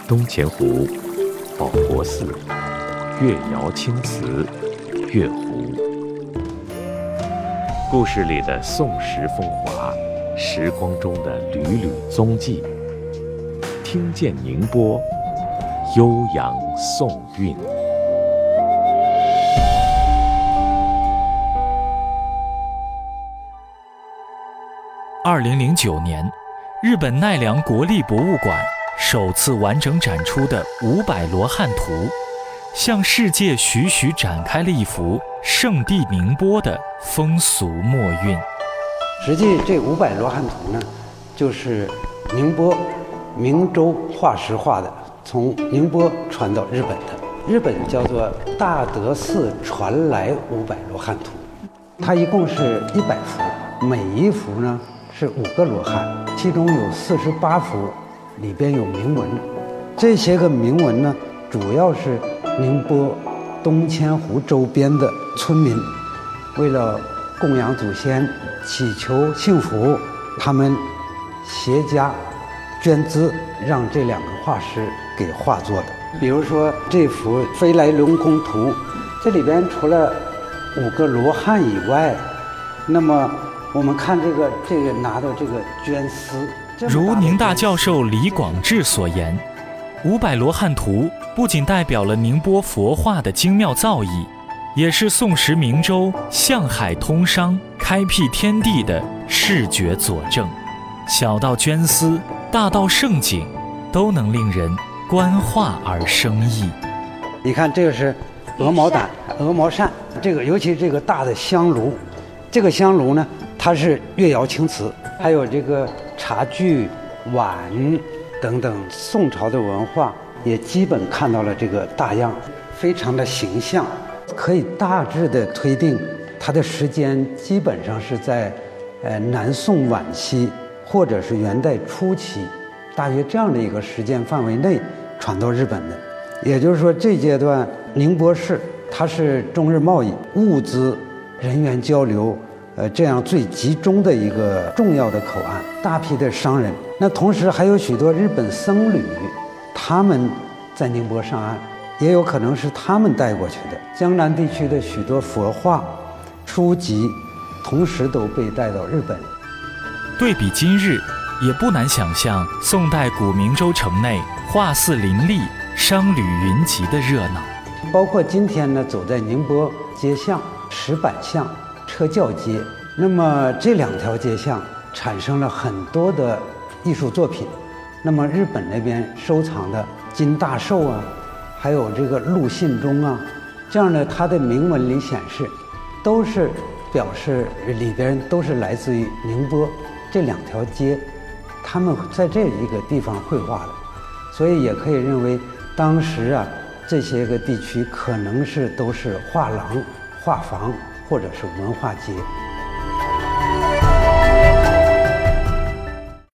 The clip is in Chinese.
东钱湖、保国寺、越窑青瓷、月湖。故事里的宋时风华，时光中的缕缕踪迹，听见宁波，悠扬宋韵。 2009年，日本奈良国立博物馆首次完整展出的500罗汉图，向世界徐徐展开了一幅圣地宁波的风俗墨韵。 实际这500罗汉图呢，就是宁波明州化石化的，从宁波传到日本的。日本叫做大德寺传来500罗汉图，它一共是100幅，每一幅呢是5个罗汉，其中有48幅里边有铭文。这些个铭文呢，主要是宁波东千湖周边的村民为了供养祖先、祈求幸福，他们携家捐资，让这2个画师给画作的。比如说这幅《飞来龙宫图》，这里边除了5个罗汉以外，那么我们看这个拿到这个绢丝， 如宁大教授李广志所言，500罗汉图不仅代表了宁波佛画的精妙造诣，也是宋时明州向海通商、开辟天地的视觉佐证。小到绢丝，大到盛景，都能令人观画而生意。 你看，这个是鹅毛掸、鹅毛扇，这个尤其这个大的香炉，这个香炉呢，它是越窑青瓷，还有这个茶具、碗等等，宋朝的文化也基本看到了这个大样，非常的形象，可以大致的推定它的时间基本上是在南宋晚期或者是元代初期，大约这样的一个时间范围内传到日本的。也就是说，这阶段宁波市它是中日贸易、物资、人员交流这样最集中的一个重要的口岸，大批的商人。那同时还有许多日本僧侣，他们在宁波上岸，也有可能是他们带过去的。江南地区的许多佛画、书籍，同时都被带到日本。 对比今日，也不难想象宋代古明州城内画寺林立、商旅云集的热闹。 包括今天呢，走在宁波街巷、石板巷、车轿街，那么这2条街巷产生了很多的艺术作品。那么日本那边收藏的金大寿啊，还有这个陆信中啊，这样的它的铭文里显示，都是表示里边都是来自于宁波这2条街，他们在这一个地方绘画的，所以也可以认为当时啊这些个地区可能是都是画廊、画坊或者是文化街。